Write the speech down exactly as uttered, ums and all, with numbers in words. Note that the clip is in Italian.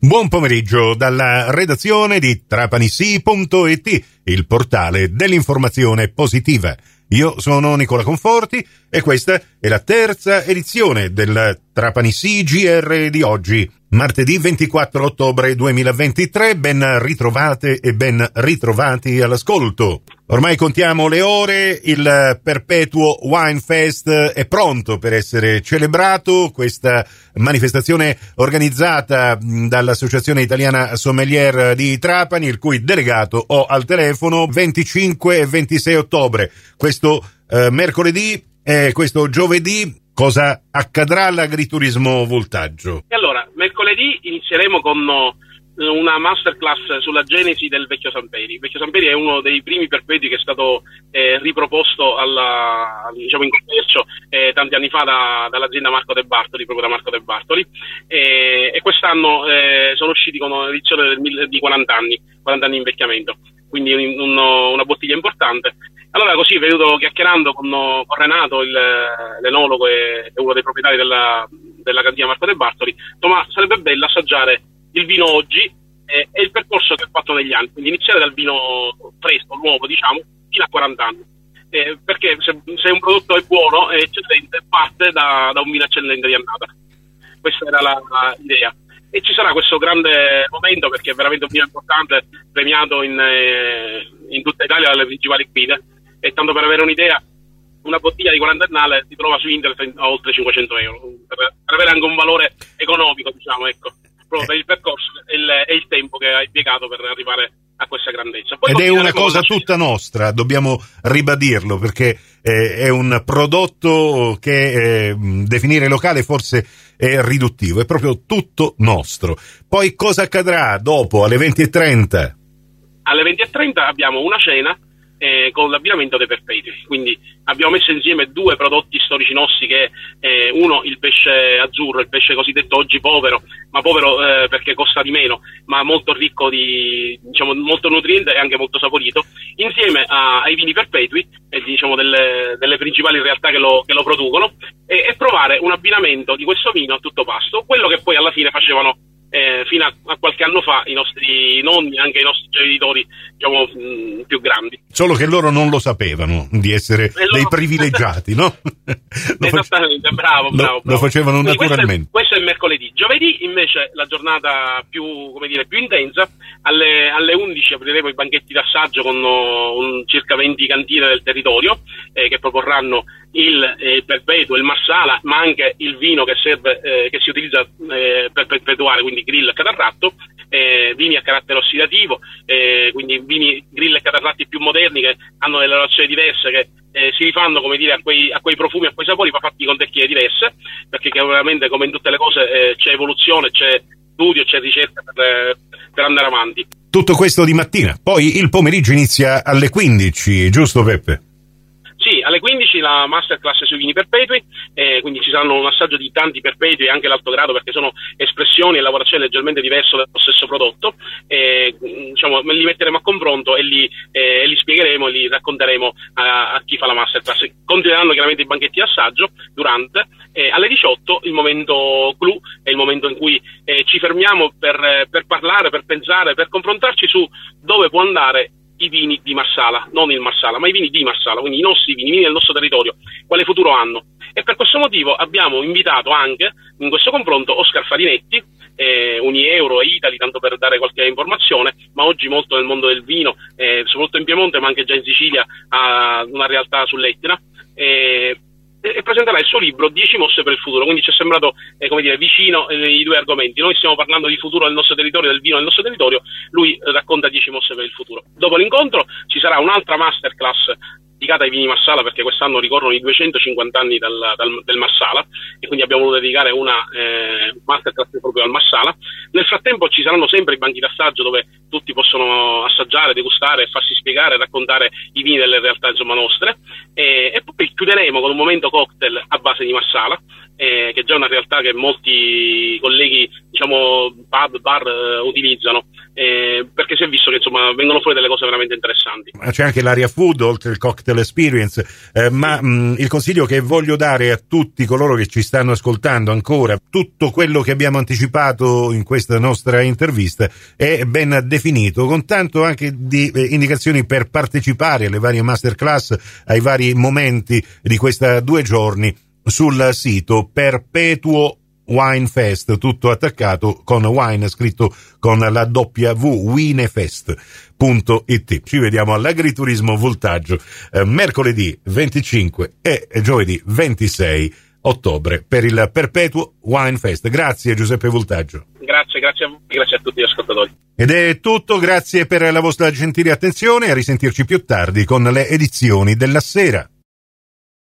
Buon pomeriggio dalla redazione di Trapanissi punto it, il portale dell'informazione positiva. Io sono Nicola Conforti e questa è la terza edizione del Trapanissi G R di oggi, martedì ventiquattro ottobre duemilaventitré. Ben ritrovate e ben ritrovati all'ascolto. Ormai contiamo le ore, il perpetuo Wine Fest è pronto per essere celebrato, questa manifestazione organizzata dall'Associazione Italiana Sommelier di Trapani, il cui delegato ho al telefono. Venticinque e ventisei ottobre, questo eh, mercoledì e questo giovedì. Cosa accadrà all'agriturismo Voltaggio? E allora, mercoledì inizieremo con una masterclass sulla genesi del Vecchio Samperi. Il Vecchio Samperi è uno dei primi perpetui che è stato eh, riproposto alla, diciamo in commercio eh, tanti anni fa da, dall'azienda Marco De Bartoli, proprio da Marco De Bartoli, e, e quest'anno eh, sono usciti con un'edizione del, di quaranta anni, quaranta anni di invecchiamento, quindi un, un, una bottiglia importante. Allora così, venuto chiacchierando con, con Renato, il, l'enologo e uno dei proprietari della, della cantina Marco De Bartoli, ma sarebbe bello assaggiare il vino oggi eh, e il percorso che ha fatto negli anni, quindi iniziare dal vino fresco, nuovo, diciamo, fino a quaranta anni, eh, perché se, se un prodotto è buono e eccellente parte da, da un vino eccellente di annata. Questa era la, la, l'idea. E ci sarà questo grande momento perché è veramente un vino importante, premiato in, eh, in tutta Italia dalle principali guide. E tanto per avere un'idea, una bottiglia di quarantennale si trova su internet a oltre cinquecento euro, per, per avere anche un valore economico, diciamo, ecco, proprio per il percorso e il, e il tempo che hai impiegato per arrivare a questa grandezza. Poi Ed è una cosa tutta nostra, dobbiamo ribadirlo, perché eh, è un prodotto che eh, definire locale forse è riduttivo, è proprio tutto nostro. Poi cosa accadrà dopo, alle venti e trenta? Alle venti e trenta abbiamo una cena Eh, con l'abbinamento dei perpetui, quindi abbiamo messo insieme due prodotti storici nostri, che eh, uno il pesce azzurro, il pesce cosiddetto oggi povero, ma povero eh, perché costa di meno, ma molto ricco di, diciamo, molto nutriente e anche molto saporito, insieme a, ai vini perpetui, eh, diciamo delle, delle principali realtà che lo, che lo producono, e, e provare un abbinamento di questo vino a tutto pasto, quello che poi alla fine facevano Eh, fino a, a qualche anno fa i nostri nonni, anche i nostri genitori, diciamo, mh, più grandi. Solo che loro non lo sapevano di essere loro... dei privilegiati, no? lo Esattamente, face... bravo, bravo, lo, bravo. lo facevano Quindi naturalmente. Questo è, questo è il mercoledì. Giovedì invece la giornata più, come dire, più intensa. Alle, alle undici apriremo i banchetti d'assaggio con uh, un, circa venti cantine del territorio eh, che proporranno il eh, perpetuo, il marsala, ma anche il vino che serve, eh, che si utilizza eh, per perpetuare, quindi grill e catarratto, eh, vini a carattere ossidativo, eh, quindi vini grill e catarratti più moderni che hanno delle lavorazioni diverse, che eh, si rifanno, come dire, a quei, a quei profumi, a quei sapori, ma fatti con tecniche diverse, perché veramente, come in tutte le cose, eh, c'è evoluzione, c'è studio, c'è ricerca per, per andare avanti. Tutto questo di mattina, poi il pomeriggio inizia alle quindici, giusto Peppe? Sì, alle quindici la masterclass sui vini perpetui, eh, quindi ci saranno un assaggio di tanti perpetui, anche l'alto grado, perché sono espressioni e lavorazioni leggermente diverse dello stesso prodotto, eh, diciamo, li metteremo a confronto e li, eh, li spiegheremo e li racconteremo a, a chi fa la masterclass. Continueranno chiaramente i banchetti di assaggio durante, eh, alle diciotto il momento clou, è il momento in cui eh, ci fermiamo per, per parlare, per pensare, per confrontarci su dove può andare i vini di Marsala, non il Marsala, ma i vini di Marsala, quindi i nostri vini, i vini del nostro territorio, quale futuro hanno. E per questo motivo abbiamo invitato anche in questo confronto Oscar Farinetti, eh, Unieuro e Italy, tanto per dare qualche informazione, ma oggi molto nel mondo del vino, eh, soprattutto in Piemonte, ma anche già in Sicilia, ha una realtà sull'Etna, eh, e presenterà il suo libro dieci mosse per il futuro, quindi ci è sembrato eh, come dire, vicino eh, i due argomenti. Noi stiamo parlando di futuro del nostro territorio, del vino del nostro territorio, lui eh, racconta dieci mosse per il futuro. Dopo l'incontro ci sarà un'altra masterclass dedicata ai vini Marsala, perché quest'anno ricorrono i duecentocinquanta anni dal, dal, del Marsala, e quindi abbiamo voluto dedicare una eh, masterclass proprio al Marsala. Nel frattempo ci saranno sempre i banchi d'assaggio dove tutti possono assaggiare, degustare, farsi spiegare, raccontare i vini delle realtà, insomma, nostre, e, e poi chiuderemo con un momento cocktail a base di Marsala, eh, che è già una realtà che molti colleghi, diciamo, pub, bar eh, utilizzano, eh, perché si è visto che, insomma, vengono fuori delle cose veramente interessanti. Ma c'è anche l'area food oltre il cocktail Battle Experience, eh, ma mh, il consiglio che voglio dare a tutti coloro che ci stanno ascoltando ancora, tutto quello che abbiamo anticipato in questa nostra intervista è ben definito, con tanto anche di eh, indicazioni per partecipare alle varie masterclass, ai vari momenti di questa due giorni sul sito Perpetuo Wine Fest, tutto attaccato, con wine scritto con la W, winefest punto it. Ci vediamo all'Agriturismo Voltaggio eh, mercoledì venticinque e giovedì ventisei ottobre per il Perpetuo Wine Fest. Grazie Giuseppe Voltaggio. Grazie, grazie a voi, grazie a tutti gli ascoltatori. Ed è tutto, grazie per la vostra gentile attenzione, a risentirci più tardi con le edizioni della sera.